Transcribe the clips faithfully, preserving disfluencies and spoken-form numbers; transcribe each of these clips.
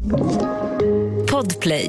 Podplay.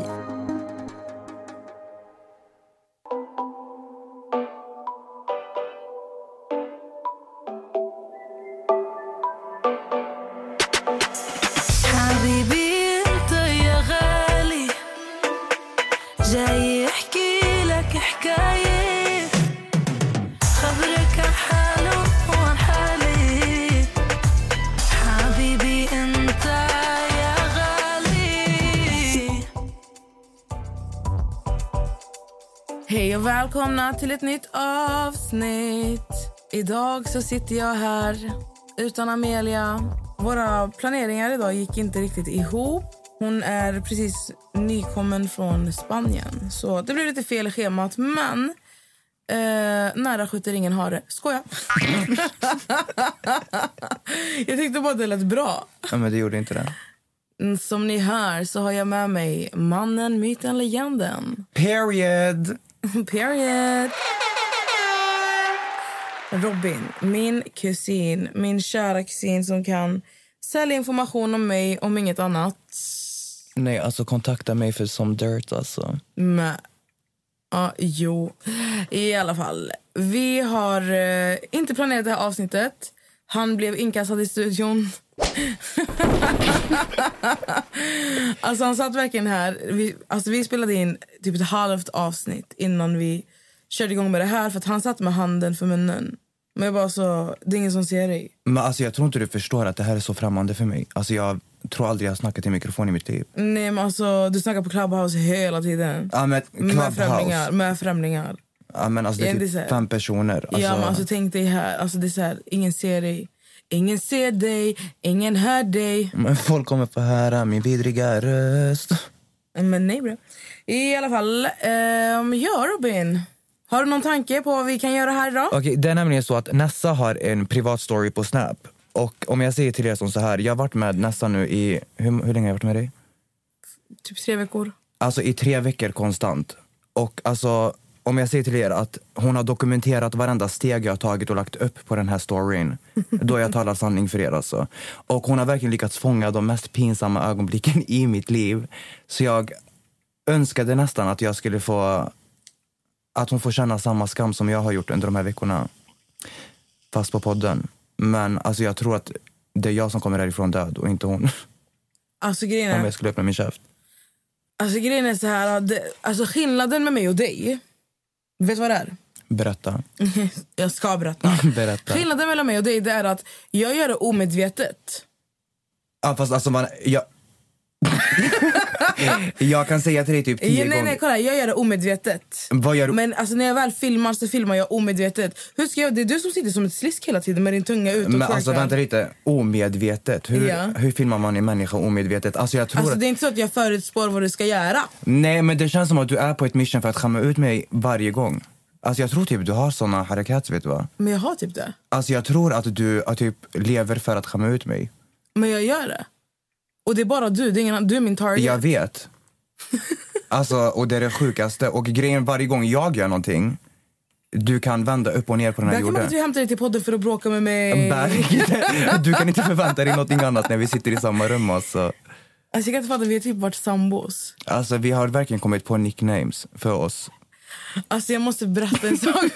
Hej och välkomna till ett nytt avsnitt. Idag så sitter jag här utan Amelia. Våra planeringar idag gick inte riktigt ihop. Hon är precis nykommen från Spanien. Så det blev lite fel i schemat, men eh, nära skjuter ingen har det. Skoja. Jag tyckte bara det lät bra. Ja, men det gjorde inte det. Som ni hör så har jag med mig mannen, myten, legenden. Period. Period. Robin, min kusin, min kära kusin som kan sälja information om mig, om inget annat. Nej, alltså kontakta mig för som dirt, alltså. Men, ja, jo. I alla fall, vi har eh, inte planerat det här avsnittet. Han blev inkastad i studion. Alltså han satt verkligen här. Vi, alltså vi spelade in typ ett halvt avsnitt innan vi körde igång med det här. För att han satt med handen för munnen. Men jag bara så, det är ingen som ser dig. Men alltså jag tror inte du förstår att det här är så främmande för mig. Alltså jag tror aldrig jag har snackat i mikrofon i mitt liv. Nej, men alltså du snackar på Clubhouse hela tiden. Ja, men Clubhouse. Med främlingar, med främlingar. Ja, men alltså det är typ det är fem personer. Alltså... Ja, men alltså tänk dig här. Alltså det är så här, ingen ser dig. Ingen ser dig, ingen hör dig. Men folk kommer få höra min vidriga röst. Men nej, bro. I alla fall, um, ja Robin. Har du någon tanke på vad vi kan göra här idag? Okej, okay, det är nämligen så att Nessa har en privat story på Snap. Och om jag säger till er som så här, jag har varit med Nessa nu i, hur, hur länge har jag varit med dig? Typ tre veckor. Alltså i tre veckor konstant. Och alltså, om jag säger till er att hon har dokumenterat varenda steg jag har tagit och lagt upp på den här storyn, då jag talar sanning för er alltså. Och hon har verkligen lyckats fånga de mest pinsamma ögonblicken i mitt liv. Så jag önskade nästan att jag skulle få, att hon får känna samma skam som jag har gjort under de här veckorna. Fast på podden. Men alltså jag tror att det är jag som kommer härifrån död och inte hon. Alltså grejen är... Om jag skulle öppna min käft. Alltså grejen är så här, det, alltså skillnaden med mig och dig, vet du vad det är? Berätta. Jag ska berätta. Berätta. Skillnaden mellan mig och dig, det är att jag gör det omedvetet. Ja, fast alltså man... Jag, jag kan säga till dig typ tio ja, nej, gånger... Nej, kolla, jag gör det omedvetet. Vad gör du? Men alltså, när jag väl filmar så filmar jag omedvetet. Hur ska jag... Det är du som sitter som ett slisk hela tiden med din tunga ut och Men twerkar. alltså vänta lite, omedvetet. Hur, ja. hur filmar man en människa omedvetet? Alltså jag tror alltså att... det är inte så att jag förutspår vad du ska göra. Nej, men det känns som att du är på ett mission för att skämma ut mig varje gång. Alltså jag tror typ du har såna harakat, vet du vad? Men jag har typ det. Alltså jag tror att du att typ lever för att skämma ut mig. Men jag gör det. Och det är bara du, det är ingen, du är min target. Jag vet. Alltså, och det är det sjukaste. Och grejen varje gång jag gör någonting, du kan vända upp och ner på den här jorden. Där kan man inte hämta dig till podden för att bråka med mig. Berg. Du kan inte förvänta dig någonting annat när vi sitter i samma rum. Alltså, alltså jag kan inte fatta, vi har typ varit sambos. Alltså vi har verkligen kommit på nicknames för oss. Alltså jag måste berätta en sak.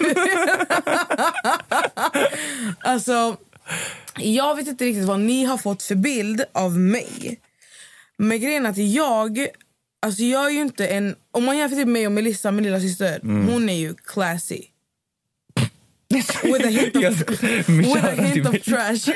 Alltså, jag vet inte riktigt vad ni har fått för bild av mig. Men grejen är att jag... Alltså jag är ju inte en... Om man jämför typ mig och Melissa, min lilla syster, mm. hon är ju classy. With a hint of, with a hint of trash.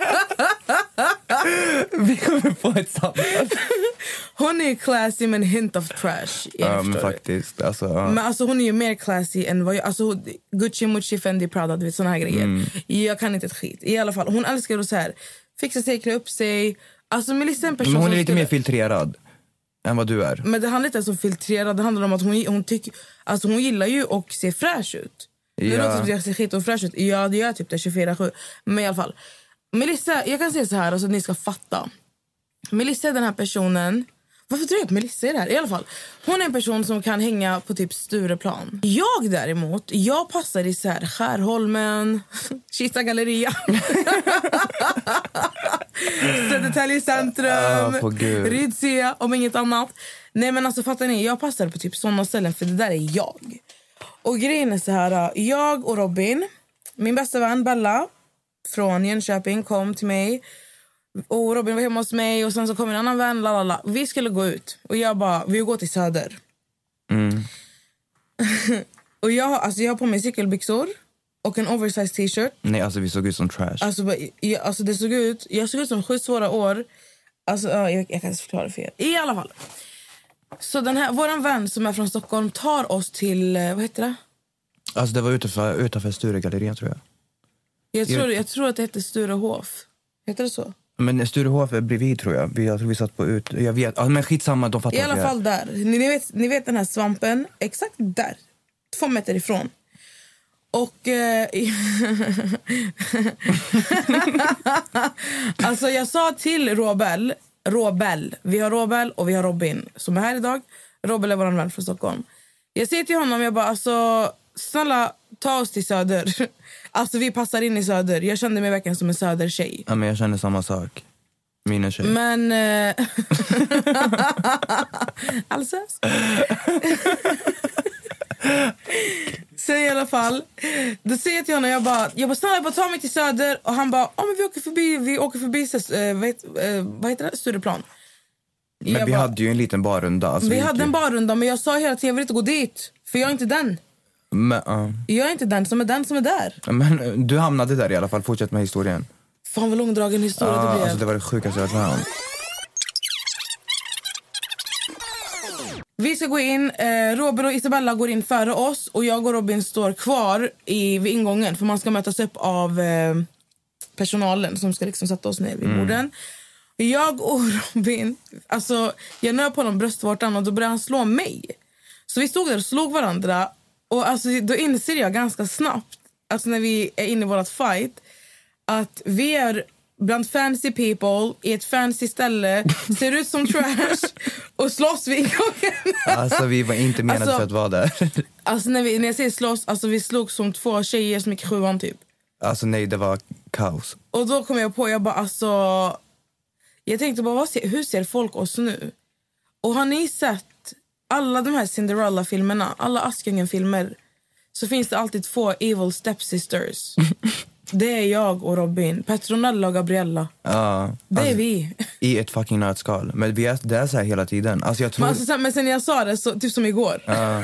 Vi kommer få ett samtal. Hon är ju classy med en hint of trash. Ja, men faktiskt. Alltså, uh. Men alltså hon är ju mer classy än vad jag... Alltså Gucci, Mucci, Fendi, Prada, du vet såna här grejer. Mm. Jag kan inte ett skit. I alla fall, hon älskar att så här fixa sig, klä upp sig. Alltså Melissa är en person. Men hon är lite skulle... mer filtrerad än vad du är. Men det handlar inte ens om filtrerad. Det handlar om att hon, hon, tyck, alltså hon gillar ju att se fräsch ut. Det är något som jag ser skit och fräsch ut. Ja, det gör typ det tjugofyra sju. Men i alla fall. Melissa, jag kan säga så här, alltså, att ni ska fatta. Melissa är den här personen Varför tror jag på Melissa i det här? I alla fall, hon är en person som kan hänga på typ Stureplan. Jag däremot, jag passar i så här Skärholmen, Kista galleria, Södertälje centrum, oh, Rydsea, om inget annat. Nej men alltså fattar ni, jag passar på typ sådana ställen för det där är jag. Och grejen är så här, jag och Robin, min bästa vän Bella från Jönköping kom till mig. Och Robin var hemma hos mig och sen så kom en annan vän, lalala. Vi skulle gå ut och jag bara, vi går till Söder. Mm. Och jag, alltså jag har på mig cykelbyxor och en oversized t-shirt. Nej, alltså vi såg ut som trash. Alltså, jag, alltså det såg ut, jag såg ut som sju svåra år. Alltså jag, jag kan inte förklara för er. I alla fall. Så den här, våran vän som är från Stockholm tar oss till, vad heter det? Alltså det var utanför, utanför Sturegallerian tror jag. Jag tror, jag tror att det heter Sturehof. Heter det så? Men Sturehof är bredvid tror jag. Vi, jag tror vi satt på ut... Jag vet. Ja, men skitsamma, de fattar. I alla fall där. Ni, ni, vet, ni vet den här svampen. Exakt där. Två meter ifrån. Och... Eh, alltså jag sa till Robel... Robel. Vi har Robel och vi har Robin som är här idag. Robel är vår vän från Stockholm. Jag säger till honom, jag bara alltså... Snälla, ta oss till Söder. Alltså vi passar in i Söder. Jag kände mig verkligen som en Söder-tjej. Ja, men jag känner samma sak. Mina tjej. Men... Eh... alltså... Så i alla fall, då säger jag till honom, jag bara, jag bara snälla, bara ta mig till Söder. Och han bara, ja men vi åker förbi, vi åker förbi, äh, vad, heter, äh, vad heter det? Stureplan. Men jag vi bara, hade ju en liten barrunda. Alltså vi vi hade ju... en barrunda, men jag sa hela tiden, jag vill inte gå dit. För jag är inte den. Men, uh... Jag är inte den som är den som är där. Men du hamnade där i alla fall, fortsätt med historien. Fan vad långdragen historia uh, det blev. Alltså det var det sjukaste jag varit med om. Vi ska gå in, eh, Robin och Isabella går in före oss och jag och Robin står kvar i, vid ingången för man ska mötas upp av eh, personalen som ska liksom sätta oss ner vid mm. borden. Jag och Robin, alltså jag nöp på honom bröstvårtan och då började han slå mig. Så vi stod där och slog varandra och alltså, då inser jag ganska snabbt, alltså när vi är inne i vårat fight, att vi är bland fancy people i ett fancy ställe, ser ut som trash och slåss vid ingången. Alltså vi var inte menade alltså, för att vara där. Alltså när, vi, när jag säger slåss, alltså vi slog som två tjejer som gick i sjuan typ. Alltså nej, det var kaos. Och då kom jag på, jag bara alltså, jag tänkte bara, vad ser, hur ser folk oss nu? Och har ni sett alla de här Cinderella-filmerna, alla Askungen-filmer, så finns det alltid två evil stepsisters. Det är jag och Robin. Petronella och Gabriella. Ja, det alltså, är vi. I ett fucking nötskal. Men vi är, det är så här hela tiden. Alltså jag tror... Men, alltså, sen, men sen jag sa det, så, typ som igår. Ja.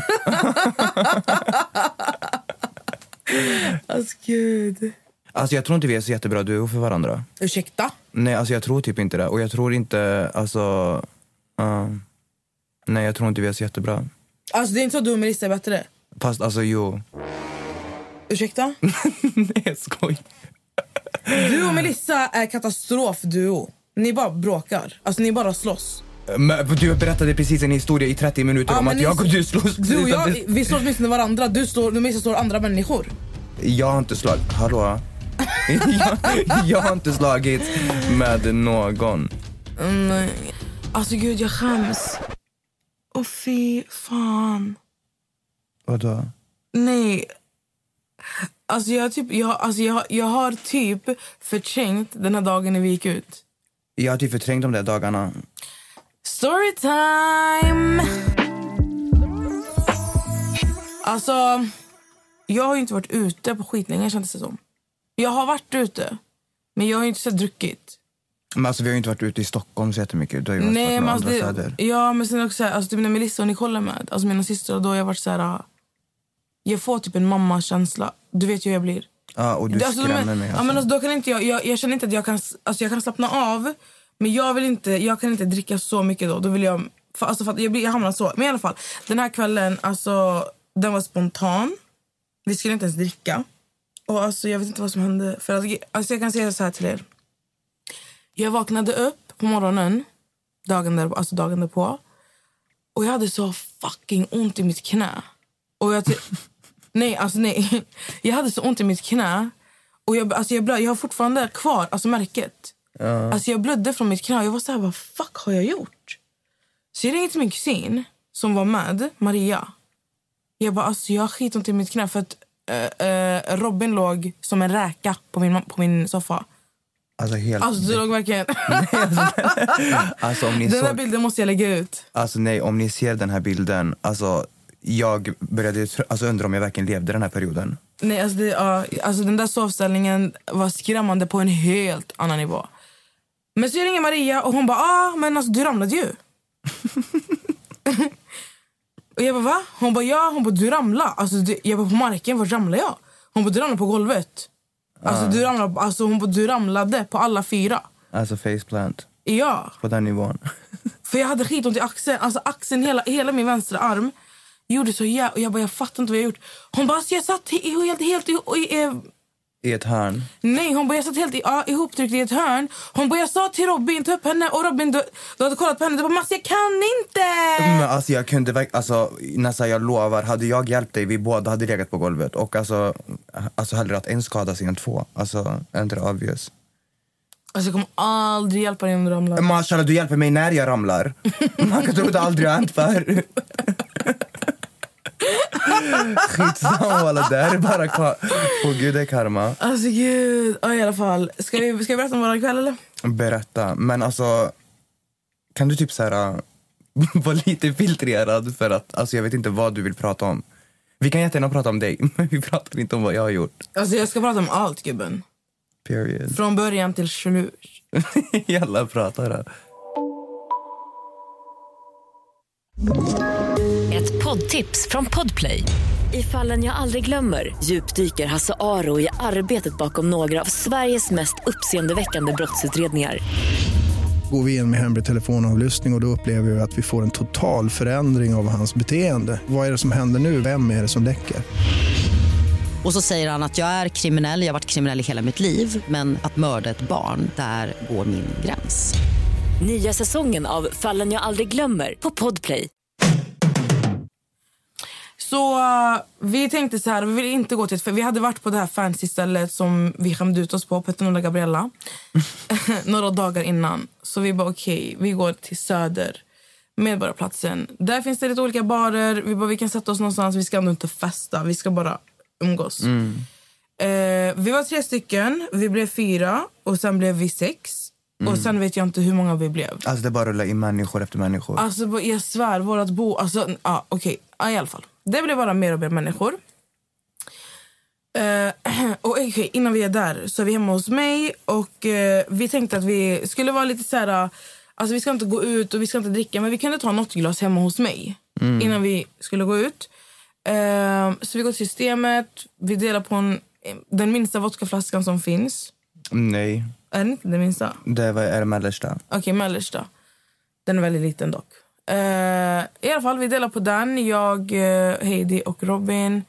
Alltså gud. Alltså jag tror inte vi är så jättebra duo för varandra. Ursäkta? Nej, alltså jag tror typ inte det. Och jag tror inte, alltså... Uh, nej, jag tror inte vi är så jättebra. Alltså det är inte så att du och Melissa är bättre? Fast alltså jo. Ursäkta? Nej, jag skoj. Du och Melissa är katastrofduo. Ni bara bråkar. Alltså ni bara slåss. Men du berättade precis en historia i trettio minuter ja, om att jag och du slåss. Du och jag, vi slåss med varandra. Du slår, du Melissa slår andra människor. Jag har inte slagit. Hallå? jag, jag har inte slagit med någon. Mm, alltså gud, jag skäms. Åh fy fan. Vadå? Nej. Alltså jag, typ, jag, alltså jag, jag har typ förträngt den här dagen när vi gick ut. Jag har typ förträngt de där dagarna. Storytime! Alltså, jag har ju inte varit ute på skitlänge, känns det som. Jag har varit ute, men jag har ju inte så druckit. Men alltså vi har ju inte varit ute i Stockholm så jättemycket. Du har ju varit Nej, med alltså andra det, städer. Ja, men sen också alltså typ när Melissa och Nicole är med, alltså mina systrar, då har jag varit så här. Jag får typ en mamma-känsla. Du vet ju hur jag blir. Ja, och du alltså, skrämmer men, mig. Alltså. Ja, men alltså, då kan inte jag, jag, jag känner inte att jag kan, alltså jag kan slappna av. Men jag vill inte, jag kan inte dricka så mycket då. Då vill jag, för, alltså för att jag, blir, jag hamnar så. Men i alla fall, den här kvällen, alltså, den var spontan. Vi skulle inte ens dricka. Och alltså, jag vet inte vad som hände. För att, alltså jag kan säga så här till er. Jag vaknade upp på morgonen, dagen där, alltså dagen därpå. Och jag hade så fucking ont i mitt knä. Och jag... nej, alltså nej. Jag hade så ont i mitt knä. Och jag, alltså jag, blöd, jag har fortfarande kvar alltså märket. Uh. Alltså jag blödde från mitt knä. Jag var så här, vad fuck har jag gjort? Så jag ringde till min kusin som var med, Maria. Jag bara, alltså jag har skitont i mitt knä för att uh, uh, Robin låg som en räka på min, på min soffa. Alltså helt... Alltså du låg verkligen... alltså, om ni den här såg... bilden måste jag lägga ut. Alltså nej, om ni ser den här bilden, alltså jag började alltså, undra om jag verkligen levde den här perioden. Nej, alltså, det, uh, alltså den där sovställningen var skrämmande på en helt annan nivå. Men så jag ringer Maria och hon bara, ah men alltså du ramlade ju. Och jag bara, va? Hon bara, ja, hon bara, du ramlade. Alltså, du, jag bara, på marken, var ramlade jag? Hon bara, du ramlade på golvet. Alltså, uh. du ramlade, alltså hon bara, du ramlade på alla fyra. Alltså faceplant. Ja. På den nivån. För jag hade skitont i axeln. Alltså axeln, hela, hela min vänstra arm gjorde så jävla... Och jag bara, jag fattar inte vad jag gjort. Hon bara, alltså, jag satt helt, helt i, i, i, i ett hörn. Nej, hon bara, jag satt helt i, uh, ihoptryckt i ett hörn. Hon bara, jag sa till Robin, ta upp henne. Och Robin, du, du hade kollat på henne. Du bara, Massa, jag kan inte. Men alltså jag kunde, alltså nästan jag lovar, hade jag hjälpt dig, vi båda hade legat på golvet. Och alltså, alltså hellre att en skada sig än två. Alltså, inte det obvious. Alltså jag kommer aldrig hjälpa dig om du ramlar. Mashallah, du hjälper mig när jag ramlar. Man kan tro att det aldrig har hänt för. Skitsamma, alla där är bara kvar. Åh gud, det är karma. Alltså gud, oh, i alla fall. Ska vi, ska vi berätta om våra kväll eller? Berätta, men alltså kan du typ så här vara lite filtrerad för att, alltså jag vet inte vad du vill prata om. Vi kan jättegärna prata om dig, men vi pratar inte om vad jag har gjort. Alltså jag ska prata om allt, gubben. Period. Från början till slut. Jävla pratar då. Ett poddtips från Podplay. I Fallen jag aldrig glömmer djupdyker Hasse Aro i arbetet bakom några av Sveriges mest uppseendeväckande brottsutredningar. Går vi in med hemlig telefonavlyssning och, och då upplever vi att vi får en total förändring av hans beteende. Vad är det som händer nu? Vem är det som läcker? Och så säger han att jag är kriminell, jag har varit kriminell i hela mitt liv. Men att mörda ett barn, där går min gräns. Nya säsongen av Fallen jag aldrig glömmer på Podplay. Så uh, vi tänkte så här, vi ville inte gå till ett, för vi hade varit på det här fancy stället som vi skämde ut oss på, Petronella Gabriella, några dagar innan. Så vi bara okej, okay, vi går till Söder, Medborgarplatsen. Där finns det lite olika barer, vi bara vi kan sätta oss någonstans, vi ska ändå inte festa, vi ska bara umgås. Mm. Uh, vi var tre stycken, vi blev fyra och sen blev vi sex. Mm. Och sen vet jag inte hur många vi blev. Alltså det är bara att rulla in människor efter människor. Alltså jag svär, vårat bo, alltså ja ah, okej, okay. ah, i alla fall. Det blev bara mer och mer människor. Uh, och okay, innan vi är där så är vi hemma hos mig. Och uh, vi tänkte att vi skulle vara lite så här. Alltså vi ska inte gå ut och vi ska inte dricka, men vi kunde ta något glas hemma hos mig mm. innan vi skulle gå ut. Uh, så vi går till systemet. Vi delar på en, den minsta vodkaflaskan som finns. Nej. Är det inte den minsta? Det var, är det mellersta. Okej, okay, mellersta. Den är väldigt liten dock. Uh, I alla fall, vi delar på den. Jag, uh, Heidi och Robin.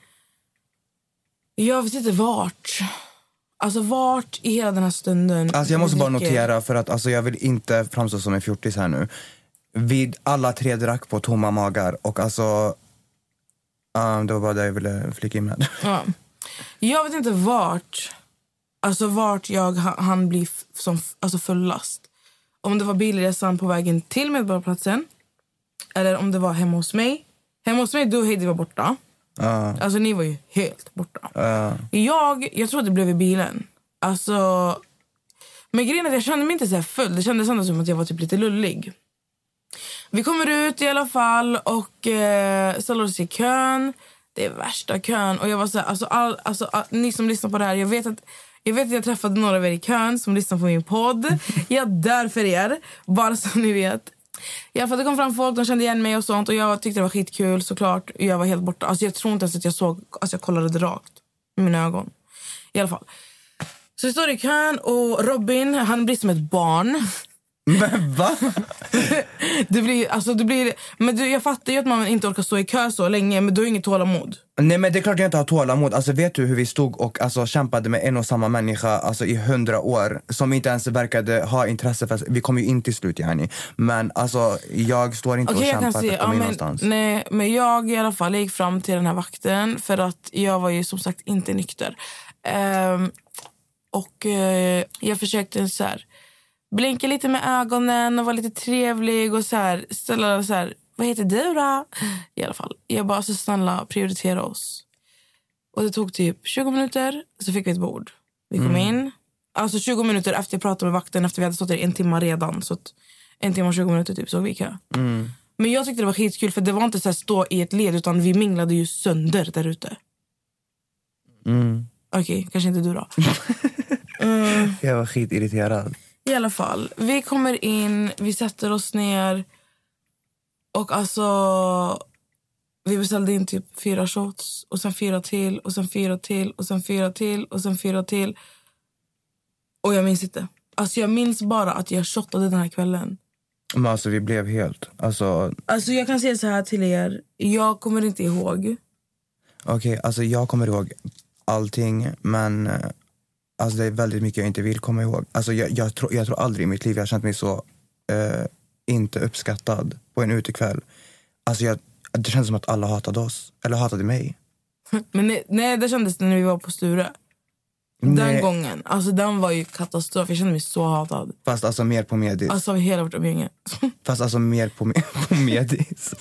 Jag vet inte vart. Alltså vart i hela den här stunden. Alltså jag måste bara notera, för att alltså, jag vill inte framstå som en fjortis här nu. Vi alla tre drack på tomma magar. Och alltså uh, det var bara det jag ville flika in med. Ja. Jag vet inte vart. Alltså vart jag han blir f- som alltså fullast. Om det var bilresan på vägen till Medborgarplatsen. Eller om det var hemma hos mig. Hemma hos mig, du och Heidi var borta. Uh. Alltså ni var ju helt borta. Uh. Jag, jag tror att det blev i bilen. Alltså. Men grejen är att jag kände mig inte så här full. Det kändes ändå som att jag var typ lite lullig. Vi kommer ut i alla fall. Och eh, ställer oss i kön. Det är värsta kön. Och jag var så här, alltså, all, alltså all, ni som lyssnar på det här. Jag vet att Jag vet att jag träffade några av er i kön som lyssnar på min podd. Jag dör för er, bara så ni vet. I alla fall, det kom fram folk, de kände igen mig och sånt. Och jag tyckte det var skitkul, såklart. Jag var helt borta. Alltså jag tror inte ens att jag såg, alltså jag kollade det rakt med mina ögon. I alla fall. Så jag står i kön och Robin, han blir som ett barn. Men va? det blir, alltså det blir, men du, jag fattar ju att man inte orkar stå i kö så länge. Men du har inget tålamod. Nej, men det är klart jag inte har tålamod. Alltså vet du hur vi stod och alltså, kämpade med en och samma människa alltså, i hundra år. Som inte ens verkade ha intresse för. Vi kom ju inte till slut, Jenny. Men alltså jag står inte okay, och kämpar för ja, mig men, någonstans. Nej, men jag i alla fall gick fram till den här vakten. För att jag var ju som sagt inte nykter. um, Och uh, jag försökte så här blinka lite med ögonen och vara lite trevlig och så här, ställa så här, vad heter du då? I alla fall, jag bara, så snälla, prioritera oss. Och det tog typ tjugo minuter, så fick vi ett bord. Vi kom mm. in, alltså tjugo minuter efter jag pratade med vakten, efter vi hade stått där en timme redan, så att en timme och tjugo minuter typ, så vi kö. Mm. Men jag tyckte det var skitkul, för det var inte så här stå i ett led, utan vi minglade ju sönder där ute. Mm. Okej, okay, kanske inte du då. mm. Jag var skitirriterad. I alla fall, vi kommer in, vi sätter oss ner. Och alltså, vi beställde in typ fyra shots. Och sen fyra till, och sen fyra till, och sen fyra till, och sen fyra till. Och jag minns inte. Alltså jag minns bara att jag shottade den här kvällen. Men alltså vi blev helt, alltså... Alltså jag kan säga så här till er, jag kommer inte ihåg. Okej, okay, alltså jag kommer ihåg allting, men alltså det är väldigt mycket jag inte vill komma ihåg. Alltså jag, jag, tror, jag tror aldrig i mitt liv jag har känt mig så eh, inte uppskattad på en utekväll. Alltså jag, det kändes som att alla hatade oss, eller hatade mig. Men nej, nej, det kändes det när vi var på Sture. Den nej. gången, alltså den var ju katastrof. Jag kände mig så hatad. Fast alltså mer på medis. Alltså av hela vårt umgänge. Fast alltså mer på, me- på medis.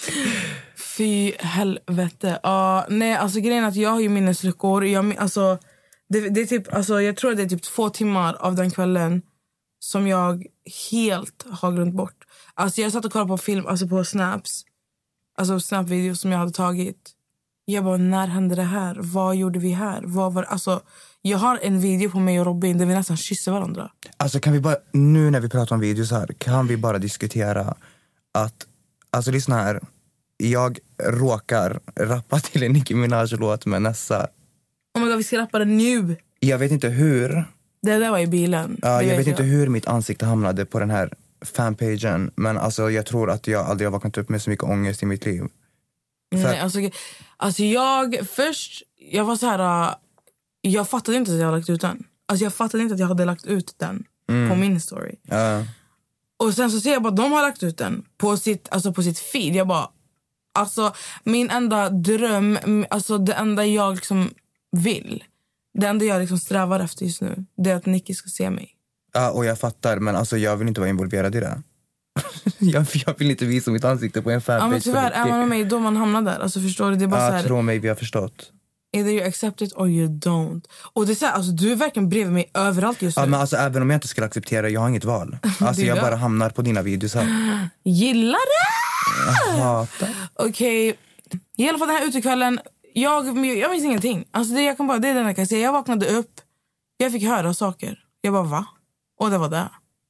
Fy helvete. Uh, nej, alltså grejen är att jag har ju minnesluckor. Jag, alltså, det, det är typ, alltså, jag tror att det är typ två timmar av den kvällen som jag helt har glömt bort. Alltså jag satt och kollade på film, alltså på snaps. Alltså snapvideos som jag hade tagit. Jag bara, när hände det här? Vad gjorde vi här? Vad var, alltså, jag har en video på mig och Robin där vi nästan kysser varandra. Alltså kan vi bara, nu när vi pratar om videos här, kan vi bara diskutera att, alltså lyssna här. Jag råkar rappa till en Nicki Minaj-låt med Nessa. Oh my god, vi ska rappa den nu. Jag vet inte hur. Det där var i bilen. Ja, jag vet vet jag. inte hur mitt ansikte hamnade på den här fanpagen. Men alltså jag tror att jag aldrig har vaknat upp med så mycket ångest i mitt liv. För... Nej, alltså, alltså jag först, jag var så här, uh, jag fattade inte att jag hade lagt ut den. Alltså jag fattade inte att jag hade lagt ut den mm. på min story. Uh. Och sen så ser jag bara att de har lagt ut den på sitt, alltså på sitt feed. Jag bara, alltså min enda dröm, alltså det enda jag liksom vill, det enda jag liksom strävar efter just nu, det är att Nicki ska se mig. Ja, och jag fattar, men alltså jag vill inte vara involverad i det. jag, jag vill inte visa mitt ansikte på en fanpage. Ja, men tyvärr är man med mig då man hamnar där. Alltså förstår du, det är bara ja, så här, tro mig, vi har förstått. Either you accept it or you don't. Och det är så här, alltså du är verkligen bredvid mig överallt just nu. Ja, men alltså även om jag inte skulle acceptera, jag har inget val. Alltså jag bara hamnar på dina videos här. Gillar det! Jag hatar. Okej, okay. I alla fall den här utekvällen, jag, jag minns ingenting. Alltså det, jag kan bara, det är den jag kan säga. Jag vaknade upp, jag fick höra saker. Jag bara, va? Och det var det.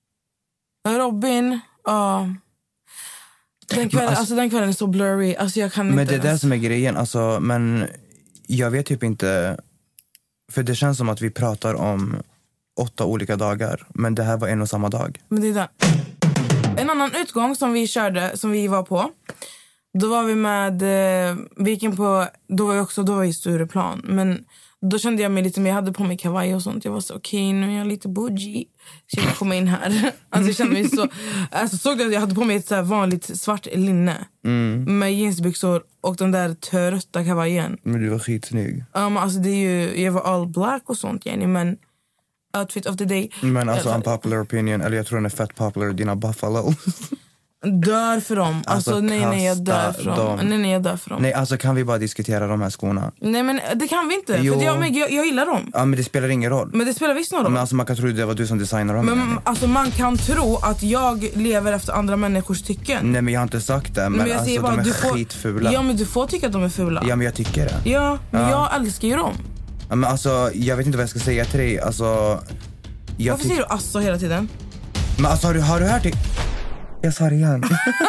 Robin, ja. Uh, den, kvällen, alltså, alltså, den kvällen är så blurry. Alltså jag kan men inte... Men det är det som är grejen. Alltså, men jag vet typ inte... För det känns som att vi pratar om åtta olika dagar. Men det här var en och samma dag. Men det är det. En annan utgång som vi körde, som vi var på. Då var vi med... Vi gick in på... Då var vi också då var vi i Stureplan. Men då kände jag mig lite mer... Jag hade på mig kavaj och sånt. Jag var så okej, okay, nu är jag lite bougie. Så jag kom in här. Alltså jag kände mig så... Alltså såg du att jag hade på mig ett så här vanligt svart linne. Mm. Med jeansbyxor och den där trötta kavajen. Men du var skitsnygg. Ja, um, alltså det är ju... Jag var all black och sånt, Jenny, men... Outfit of the day. Men alltså unpopular opinion, eller jag tror den är fett popular, dina buffalo. Dör för dem. Alltså, alltså nej, nej, jag dör för dem. dem. Nej, nej, jag dör för dem. Nej, alltså kan vi bara diskutera de här skorna? Nej, men det kan vi inte. Jo. För jag, jag, jag gillar dem. Ja, men det spelar ingen roll. Men det spelar visst någon roll. Men alltså man kan tro att det var du som designade dem. Men alltså man kan tro att jag lever efter andra människors tycken. Nej, men jag har inte sagt det. Men, men alltså bara, de är får, skitfula. Ja, men du får tycka att de är fula. Ja, men jag tycker det. Ja, men ja. jag älskar ju dem. Ja, men alltså, jag vet inte vad jag ska säga till dig. Alltså... Varför säger du alltså hela tiden? Men alltså har du, har du hört det? Jag sa det igen.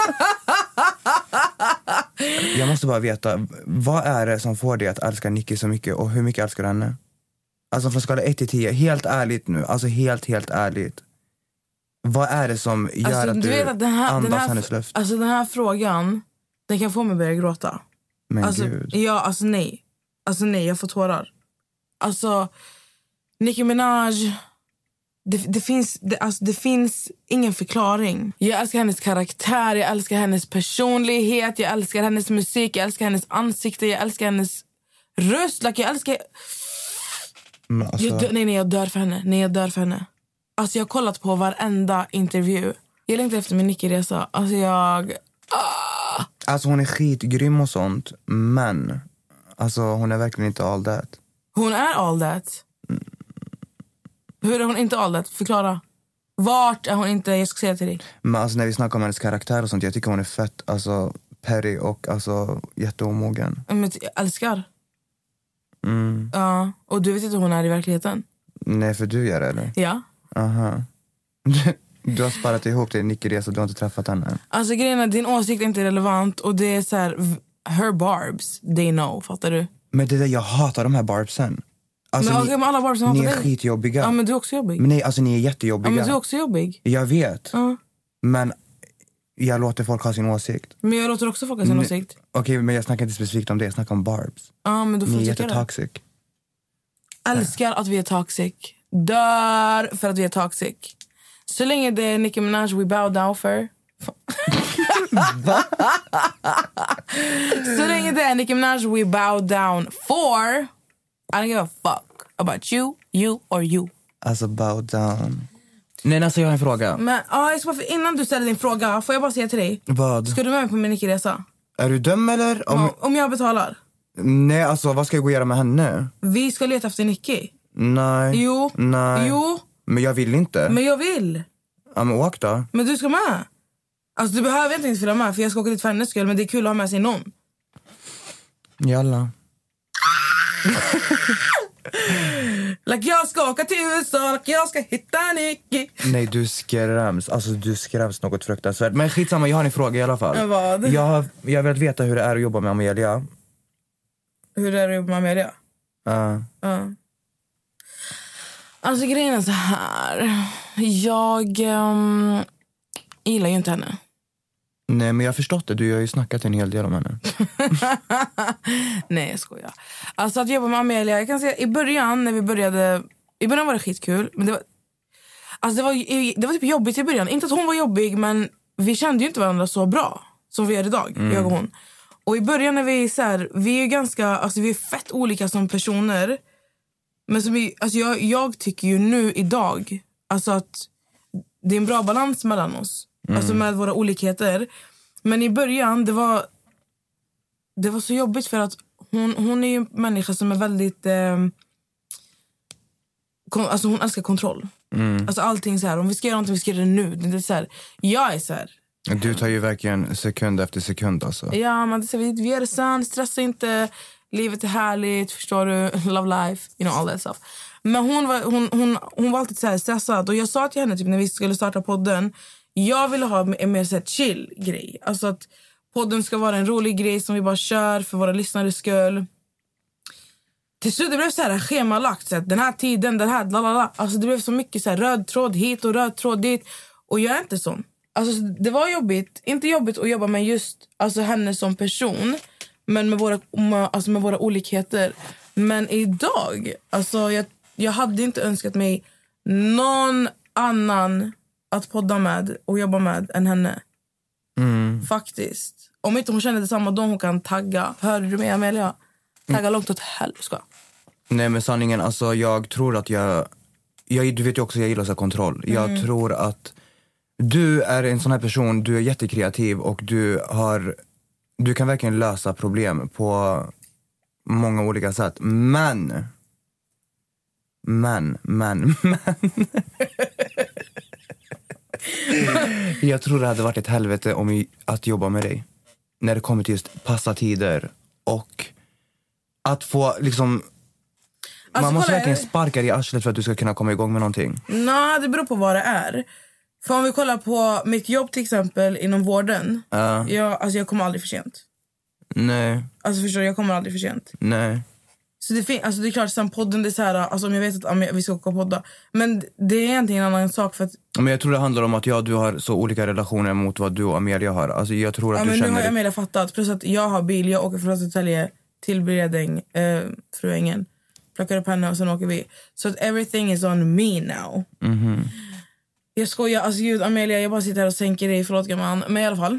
Jag måste bara veta, vad är det som får dig att älska Nicki så mycket? Och hur mycket älskar du henne? Alltså från skala ett till tio, helt ärligt nu. Alltså helt, helt ärligt. Vad är det som gör alltså, att du, du vet att den här, andas den här, hennes luft? Alltså den här frågan, den kan få mig att börja gråta. Men alltså, gud. Ja, alltså nej. Alltså nej, jag får tårar. Alltså, Nicki Minaj... Det, det, finns, det, alltså, det finns ingen förklaring. Jag älskar hennes karaktär, jag älskar hennes personlighet, jag älskar hennes musik, jag älskar hennes ansikte, jag älskar hennes röst. Like, jag älskar... Alltså... Jag dör, nej, nej, jag dör för henne. Nej, jag dör för henne. Alltså jag har kollat på varenda intervju. Jag längtar efter min Nicki-resa. Alltså jag... Ah. Alltså hon är skitgrym och sånt. Men alltså hon är verkligen inte all that. Hon är all that. Mm. Hur är hon inte all that? Förklara. Vart är hon inte? Jag ska säga till dig. Men alltså när vi snackar om hennes karaktär och sånt, jag tycker hon är fett, alltså perry och alltså jätteomogen. Men jag älskar. Mm. Ja, och du vet inte hur hon är i verkligheten. Nej, för du gör det, eller? Ja. Aha. Du har sparat ihop till Nicki-resa, du har inte träffat henne. Alltså grejen är, din åsikt är inte relevant. Och det är så här, her barbs, they know, fattar du? Men det där, jag hatar de här barbsen. Alltså, men, ni, okay, men alla barbsen ni är hatar dig. skitjobbiga. Ja, men du är också jobbig. Men nej, alltså ni är jättejobbiga. Ja, men du är också jobbig. Jag vet. Ja. Men jag låter folk ha sin åsikt. Men jag låter också folk ha sin Nej. åsikt. Okej, okay, men jag snackar inte specifikt om det, jag snackar om barbs. Ja, men du får ni är tycka jättetoxic. Det. Älskar att vi är toxic. Dör för att vi är toxic. Så länge det är Nicki Minaj we bow down for. Så länge det är Nicki Minaj we bow down for. I don't give a fuck about you, you or you. Alltså bow down. Nej, alltså jag har en fråga. Men ah, jag ska bara, innan du ställer din fråga, får jag bara säga till dig. Vad? Ska du med mig på min Nicki-resa? Är du dum eller? Om... Ja, om jag betalar. Nej, alltså vad ska jag gå och göra med henne? Vi ska leta efter Nicki. Nej. Jo. Nej. Jo. Men jag vill inte. Men jag vill. Ja, men åk då. Men du ska med. Alltså du behöver inte följa med, för jag ska åka dit för hennes skull. Men det är kul att ha med sig någon. Jalla. Like jag ska åka till U S A, like jag ska hitta Nicki. Nej, du skräms. Alltså du skräms något fruktansvärt. Men skitsamma, jag har en fråga i alla fall. Men vad? Jag har, jag vill veta hur det är att jobba med Amelia. Hur är det att jobba med Amelia? Ja. Ja. Uh. Alltså grejen är så här. Jag um, gillar ju inte henne. Nej, men jag har förstått det. Du har ju snackat en hel del om henne. Nej, jag skojar. Alltså att jobba med Amelia, jag kan säga i början när vi började, i början var det skitkul, men det var alltså det var det var typ jobbigt i början. Inte att hon var jobbig, men vi kände ju inte varandra så bra som vi gör idag, mm. jag och hon. Och i början när vi så här, vi är ju ganska, alltså vi är fett olika som personer. Men som vi, alltså jag, jag tycker ju nu idag alltså att det är en bra balans mellan oss. Mm. Alltså med våra olikheter. Men i början det var det var så jobbigt för att hon, hon är ju en människa som är väldigt eh, kon, alltså hon älskar kontroll. Mm. Alltså allting så här, om vi ska göra någonting, vi ska göra det nu. Det är så här, jag är så här. Du tar ju verkligen sekund efter sekund alltså. Ja, men det är så, vi, vi gör det sen, stressa inte. Livet är härligt, förstår du? Love life, you know, all that stuff. Men hon var, hon, hon, hon var alltid så här stressad. Och jag sa till henne typ, när vi skulle starta podden, jag ville ha en mer så här chill grej. Alltså att podden ska vara en rolig grej som vi bara kör för våra lyssnares skull. Till slut det blev så här schemalagt. Så att den här tiden, den här, lalala. Alltså det blev så mycket så här röd tråd hit och röd tråd dit. Och jag är inte sån. Alltså det var jobbigt, inte jobbigt att jobba med just alltså, henne som person. Men med våra, alltså med våra olikheter. Men idag, alltså jag, jag hade inte önskat mig någon annan att podda med och jobba med än henne. Mm. Faktiskt. Om inte hon känner detsamma då hon kan tagga. Hörde du mig, Amelia? Tagga mm. långt åt helvete. Nej, men sanningen, alltså jag tror att jag, jag du vet ju också jag gillar så här kontroll. Mm. Jag tror att du är en sån här person, du är jättekreativ och du har du kan verkligen lösa problem på många olika sätt. Men men men men jag tror det hade varit ett helvete om att jobba med dig när det kommer till just passa tider och att få liksom alltså, man måste verkligen sparka i arslet för att du ska kunna komma igång med någonting. Nej, det beror på vad det är. För om vi kollar på mitt jobb till exempel inom vården. Uh. Jag, alltså jag kommer aldrig för sent. Nej. Alltså förstår du, jag kommer aldrig för sent. Nej. Så det, fin- alltså det är klart, sen podden det är så här, alltså om jag vet att vi ska åka och podda. Men det är egentligen en annan sak för att... Men jag tror det handlar om att ja, du har så olika relationer mot vad du och Amelia har. Alltså jag tror att ja, du men känner... nu har Amelia fattat. Plus att jag har bil, jag åker från Södertälje till Bredäng, eh, Fruängen. Plockar upp henne och sen åker vi. Så att everything is on me now. Mhm. Jag skojar, alltså gud Amelia, jag bara sitter här och sänker dig, förlåt gammal. Men i alla fall.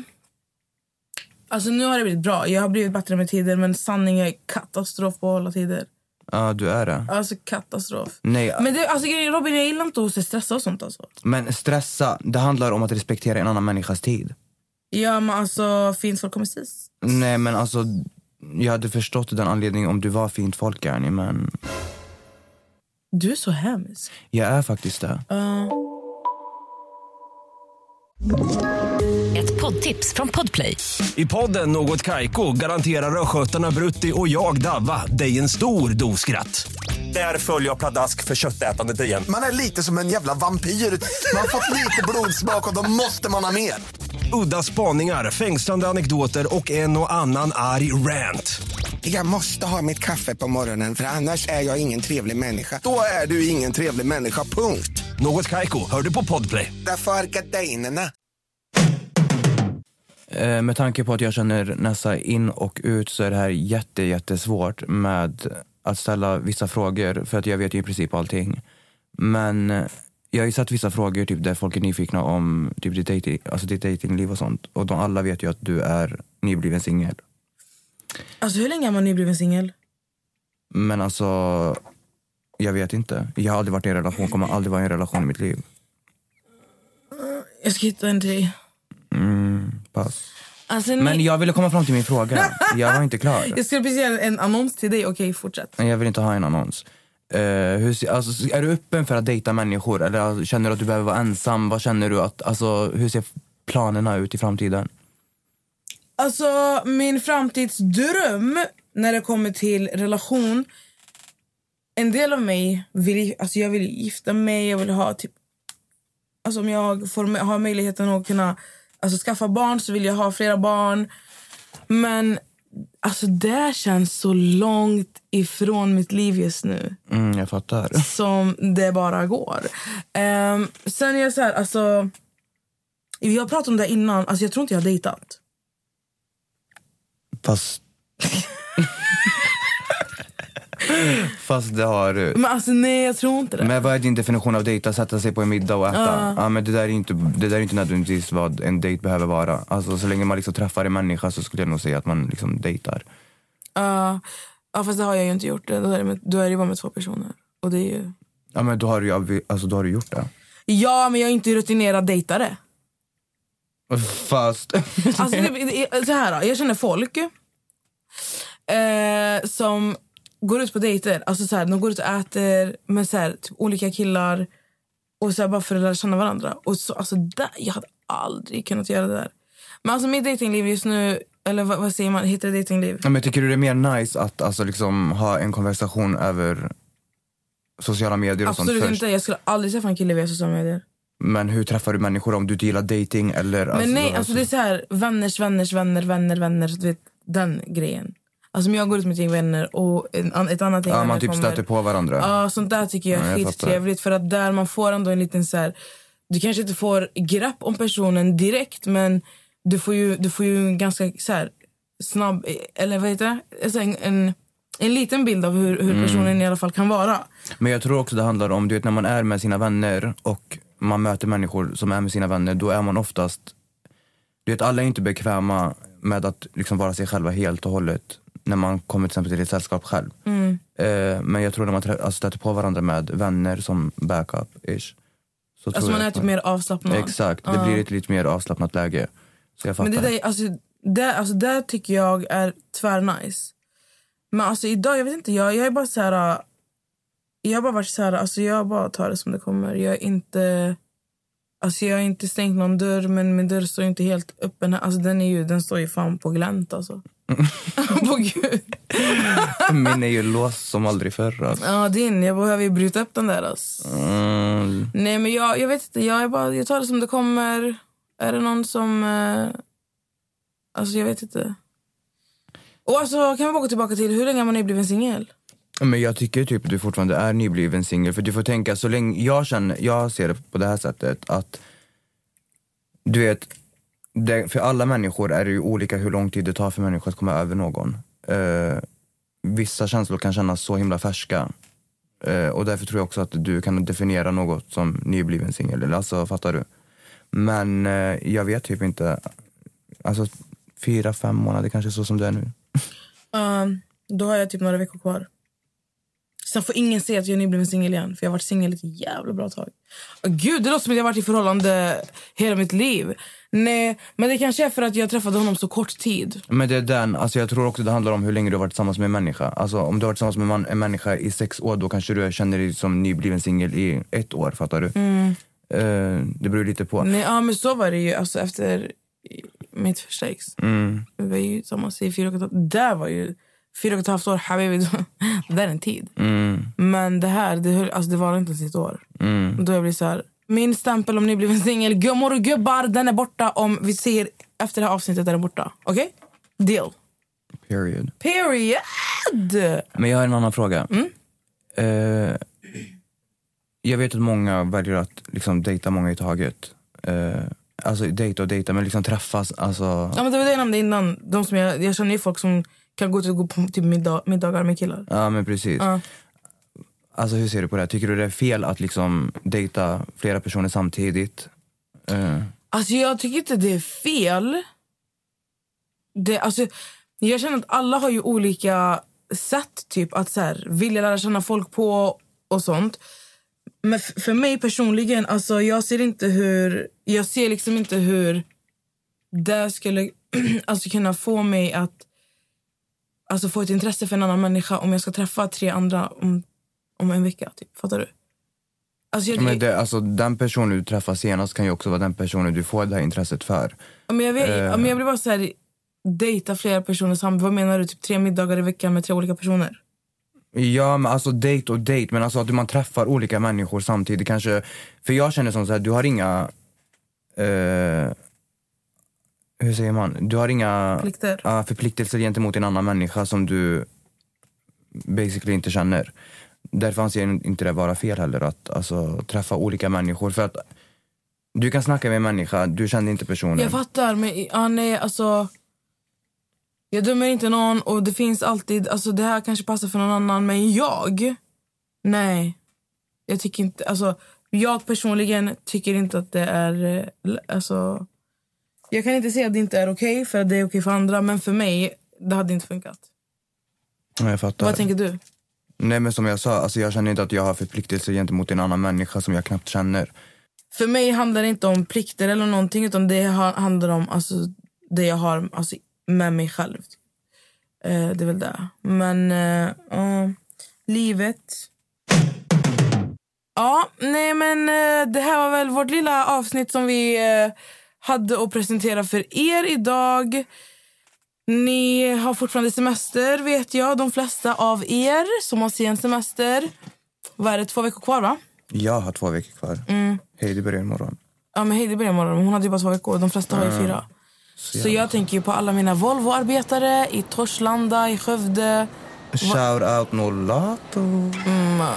Alltså nu har det blivit bra, jag har blivit bättre med tider. Men sanningen är katastrof på att hålla tider. Ja, du är det. Alltså katastrof. Nej. Men det, alltså, Robin, jag gillar inte att se stressa och sånt alltså. Men stressa, det handlar om att respektera en annan människas tid. Ja, men alltså fint folk kommer sist. Nej, men alltså jag hade förstått den anledningen om du var fint folk, Ernie, men... Du är så hemsk. Jag är faktiskt det. Uh. Ett poddtips från Podplay. I podden Något Kaiko garanterar öskötarna Brutti och jag Davva dig en stor doskratt. Där följer jag pladask för köttätandet igen. Man är lite som en jävla vampyr. Man har fått lite blodsmak och då måste man ha mer. Udda spaningar, fängslande anekdoter och en och annan arg rant. Jag måste ha mitt kaffe på morgonen för annars är jag ingen trevlig människa. Då är du ingen trevlig människa, punkt. Något Kaiko, hör du på Podplay. Därför är gardinerna. Eh, med tanke på att jag känner Nessa in och ut så är det här jätte, jättesvårt med att ställa vissa frågor. För att jag vet ju i princip allting. Men jag har ju sett vissa frågor typ, där folk är nyfikna om typ, ditt, dating, alltså ditt datingliv och sånt. Och de alla vet ju att du är nybliven singel. Alltså hur länge är man nybliven singel? Men alltså, jag vet inte. Jag har aldrig varit i en relation, kommer aldrig vara i en relation i mitt liv. Jag ska hitta en till dig. Mm, pass. Alltså, Men ni... jag ville komma fram till min fråga. Jag var inte klar. Jag skulle precis göra en annons till dig. Okej, fortsätt. Jag vill inte ha en annons. Uh, hur, alltså, är du öppen för att dejta människor? Eller känner du att du behöver vara ensam? Vad känner du att, alltså, hur ser planerna ut i framtiden? Alltså, min framtidsdröm när det kommer till relation. En del av mig vill, alltså jag vill gifta mig. Jag vill ha typ, alltså om jag får ha möjligheten att kunna, alltså skaffa barn, så vill jag ha flera barn. Men alltså det känns så långt ifrån mitt liv just nu. Mm, jag fattar. Som det bara går. Um, sen är jag så här, alltså vi har pratat om det innan. Alltså jag tror inte jag har dejtat. Fast... Fast det har du. Men alltså nej, jag tror inte det. Men vad är din definition av dejta? Sätta sig på en middag och äta? Uh. Ja, men det där är inte, det där är inte nödvändigtvis vad en dejt behöver vara. Alltså så länge man liksom träffar en människa så skulle jag nog säga att man liksom dejtar. Uh, ja, fast det har jag ju inte gjort. Det. Då är det, med, då är det ju bara med två personer. Och det är ju... Ja, men då har du ju, alltså, då har du gjort det. Ja, men jag är inte rutinerad dejtare. Fast... Alltså det, det, så här då, jag känner folk eh, som går ut på dejter. Alltså så här, de går ut och äter med så här, typ, olika killar. Och så här, bara för att lära känna varandra. Och så, alltså där, jag hade aldrig kunnat göra det där. Men alltså mitt datingliv just nu, eller vad, vad säger man, heter det datingliv? Ja, men tycker du det är mer nice att alltså, liksom, ha en konversation över sociala medier och Absolut sånt först? Inte, jag skulle aldrig träffa en kille via sociala medier. Men hur träffar du människor om du inte gillar dating eller... Men alltså, nej, alltså, alltså det är så här, vänners, vänners, vänner, vänner, vänner, du vet, den grejen. Alltså om jag går ut med ett gäng vänner och en, ett annat gäng ja, vänner man typ kommer, stöter på varandra. Ja, sånt där tycker jag är ja, jag skittrevligt. För att där man får ändå en liten så här, du kanske inte får grepp om personen direkt, men du får ju, du får ju en ganska så här, snabb, eller vad heter det? Alltså en, en, en liten bild av hur, hur personen mm. i alla fall kan vara. Men jag tror också det handlar om, du vet, när man är med sina vänner och man möter människor som är med sina vänner, då är man oftast, du vet, alla är inte bekväma med att liksom vara sig själva helt och hållet när man kommer till exempel till ett sällskap själv. Mm. Eh, men jag tror när man trä- alltså, stöter på varandra med vänner som backup-ish. Så alltså man är typ mer avslappnad. Exakt, det uh. blir ett lite mer avslappnat läge. Så jag fattar. Men det där, alltså, det, alltså, det tycker jag är tvärnice. Men alltså idag, jag vet inte, jag, jag är bara så här. Jag har bara varit så här, alltså jag bara tar det som det kommer. Jag är inte, alltså jag har inte stängt någon dörr, men min dörr står inte helt öppen. Alltså den är ju, den står ju fan på glänt alltså. På gud. Min är ju låst som aldrig förr alltså. Ja, din, jag behöver ju bryta upp den där alltså. Mm. Nej men jag, jag vet inte, jag, är bara, jag tar det som det kommer. Är det någon som, eh, alltså jag vet inte. Och alltså kan vi bara gå tillbaka till hur länge man är blivit singel? Men jag tycker typ att du fortfarande är nybliven singel. För du får tänka, så länge jag känner, jag ser det på det här sättet att du vet, det, för alla människor är det ju olika hur lång tid det tar för människor att komma över någon. Uh, vissa känslor kan kännas så himla färska. Uh, och därför tror jag också att du kan definiera något som nybliven singel. Alltså, fattar du? Men uh, jag vet typ inte. Alltså fyra, fem månader kanske så som det är nu. Um, då har jag typ några veckor kvar. Sen får ingen se att jag nu blivit singel igen. För jag har varit singel ett jävla bra tag. Och gud, det låter som att jag har varit i förhållande hela mitt liv. Nej, men det kanske är för att jag träffade honom så kort tid. Men det är den, alltså jag tror också det handlar om hur länge du har varit tillsammans med en människa. Alltså om du har varit tillsammans med man, en människa i sex år, då kanske du känner dig som nybliven singel i ett år, fattar du? Mm. Uh, det beror lite på. Nej, ja, men så var det ju, alltså efter mitt första ex. Mm. Vi var ju tillsammans i fyra och ett halvt. Där var ju fyra och ett halvt år, habibi, det är en tid. Mm. Men det här, det, höll, alltså det var inte ens ett år. Mm. Då jag blir så här, min stämpel om ni blir en singel, gummor och gubbar, den är borta om vi ser efter det här avsnittet är den borta. Okej? Okay? Deal. Period. Period! Men jag har en annan fråga. Mm? Uh, jag vet att många väljer att liksom dejta många i taget. Uh, alltså dejta och dejta, men liksom träffas. Alltså... Ja, men det var det jag nämnde innan. De som jag, jag känner ju folk som kan gå ut och gå på typ middag, middagar med killar. Ja, men precis. Uh. Alltså hur ser du på det? Tycker du det är fel att liksom dejta flera personer samtidigt? Uh. Alltså jag tycker inte det är fel. Det, alltså, jag känner att alla har ju olika sätt typ att så här, vilja lära känna folk på och sånt. Men f- för mig personligen, alltså jag ser inte hur, jag ser liksom inte hur det skulle alltså kunna få mig att alltså få ett intresse för en annan människa om jag ska träffa tre andra om, om en vecka typ, fattar du? Alltså, jag, men det, alltså den personen du träffar senast kan ju också vara den personen du får det här intresset för. Men jag, vet, uh. men jag blir bara så här, dejta flera personer samtidigt. Vad menar du? Typ tre middagar i veckan med tre olika personer? Ja, men alltså date och date. Men alltså att man träffar olika människor samtidigt kanske. För jag känner som så här, du har inga uh, hur säger man? Du har inga Plikter. uh, förpliktelser gentemot en annan människa som du basically inte känner. Därför anser jag inte det vara fel heller att alltså, träffa olika människor. För att du kan snacka med en människa, du känner inte personen. Jag fattar, men ah, nej, alltså jag dömer inte någon och det finns alltid, alltså det här kanske passar för någon annan, men jag, nej, jag tycker inte, alltså jag personligen tycker inte att det är, alltså jag kan inte säga att det inte är okej, för att det är okej för andra, men för mig, det hade inte funkat. Jag fattar. Vad tänker du? Nej, men som jag sa, alltså jag känner inte att jag har förpliktelser gentemot en annan människa som jag knappt känner. För mig handlar det inte om plikter eller någonting, utan det handlar om alltså, det jag har alltså, med mig själv. Eh, det är väl det. Men, eh, uh, livet. Ja, nej men eh, det här var väl vårt lilla avsnitt som vi eh, hade att presentera för er idag. Ni har fortfarande semester, vet jag. De flesta av er som har sen semester. Vad är det, två veckor kvar, va? Jag har två veckor kvar. Mm. Heidi börjar imorgon. Ja, men Heidi börjar imorgon. Hon hade ju bara två veckor. De flesta mm. har ju fyra. Så, så jag tänker ju på alla mina Volvo-arbetare i Torslanda, i Skövde. Shout out Nolato. Mm.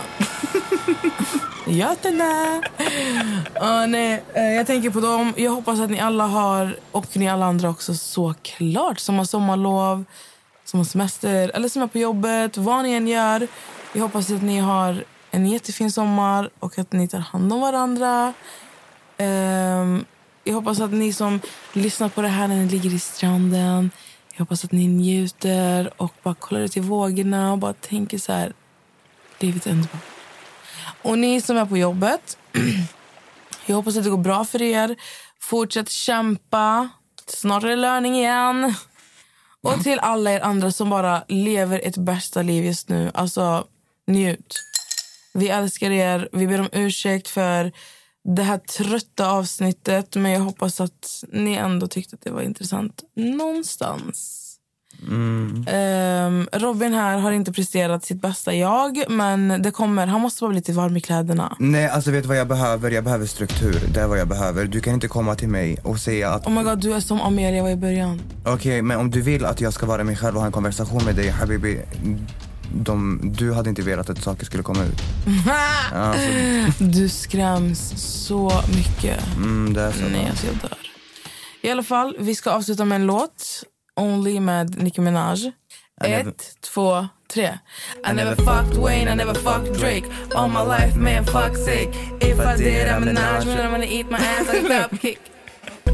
Götene. uh, nej, uh, jag tänker på dem. Jag hoppas att ni alla har, och ni alla andra också såklart, som har sommarlov, som har semester eller som är på jobbet, vad ni än gör. Jag hoppas att ni har en jättefin sommar och att ni tar hand om varandra. Um, jag hoppas att ni som lyssnar på det här när ni ligger i stranden, jag hoppas att ni njuter och bara kollar ut i vågorna och bara tänker så här: livet är underbart. Och ni som är på jobbet, jag hoppas att det går bra för er. Fortsätt kämpa. Snart är det löning igen. Och till alla er andra som bara lever ett bästa liv just nu, alltså njut. Vi älskar er. Vi ber om ursäkt för det här trötta avsnittet, men jag hoppas att ni ändå tyckte att det var intressant någonstans. Mm. Um, Robin här har inte presterat sitt bästa jag, men det kommer, han måste vara lite varm i kläderna. Nej, alltså vet du vad jag behöver? Jag behöver struktur, det är vad jag behöver. Du kan inte komma till mig och säga att... Oh my god, du är som Amelia var i början. Okej, okay, men om du vill att jag ska vara mig själv och ha en konversation med dig, habibi, de, du hade inte velat att saker skulle komma ut. Alltså. Du skräms så mycket. Mm, det är så. Nej, alltså jag dör. I alla fall, vi ska avsluta med en låt. Only med Nicki Minaj. Ett, två, tre. I never fucked Wayne, I never fucked Drake. All my life, man, fuck's sake. If I did, I'm Minaj, when I'm gonna eat my ass like a cupcake.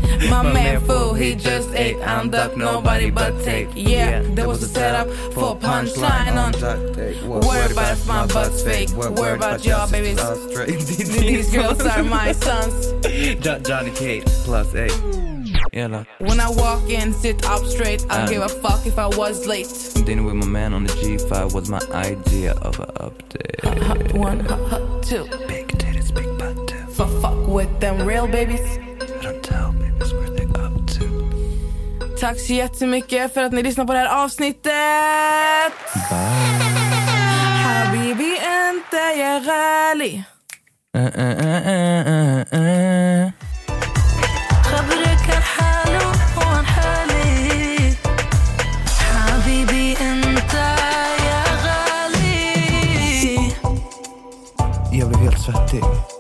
My man fool, he just ate. I'm up, nobody but take. Yeah, there was a setup for punchline on. Worry about if my butt's fake. Worry about y'all babies. These girls are my sons. Johnny Cage plus eight. When I walk in, sit up straight. I don't give a fuck if I was late. Dinner with my man on the G five was my idea of an update. Hot, hot one, hot, hot two. Big titties, big butt too. For fuck with them real babies. I don't tell babies where they up to. Tack så jättemycket för att ni lyssnar på det här avsnittet. Bye. Habibi inte jag rally. Uh, uh, uh, uh, uh, uh. خبرك الحلو هو حالي حبيبي انت يا غالي. Jag blev helt svettig.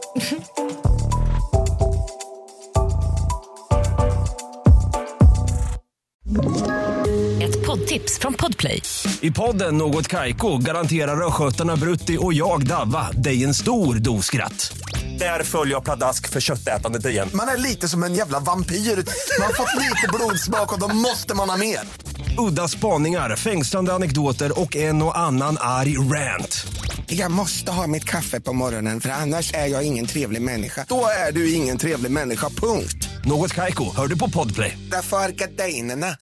Ett poddtips från Podplay. I podden Något Kaiko garanterar röskötarna Brutti och jag Davva dig en stor doskratt. Där följer jag pladask för köttätandet igen. Man är lite som en jävla vampyr. Man har fått lite blodsmak och då måste man ha mer. Udda spaningar, fängslande anekdoter och en och annan arg rant. Jag måste ha mitt kaffe på morgonen för annars är jag ingen trevlig människa. Då är du ingen trevlig människa, punkt. Något Kaiko, hör du på Podplay. Därför är gardinerna.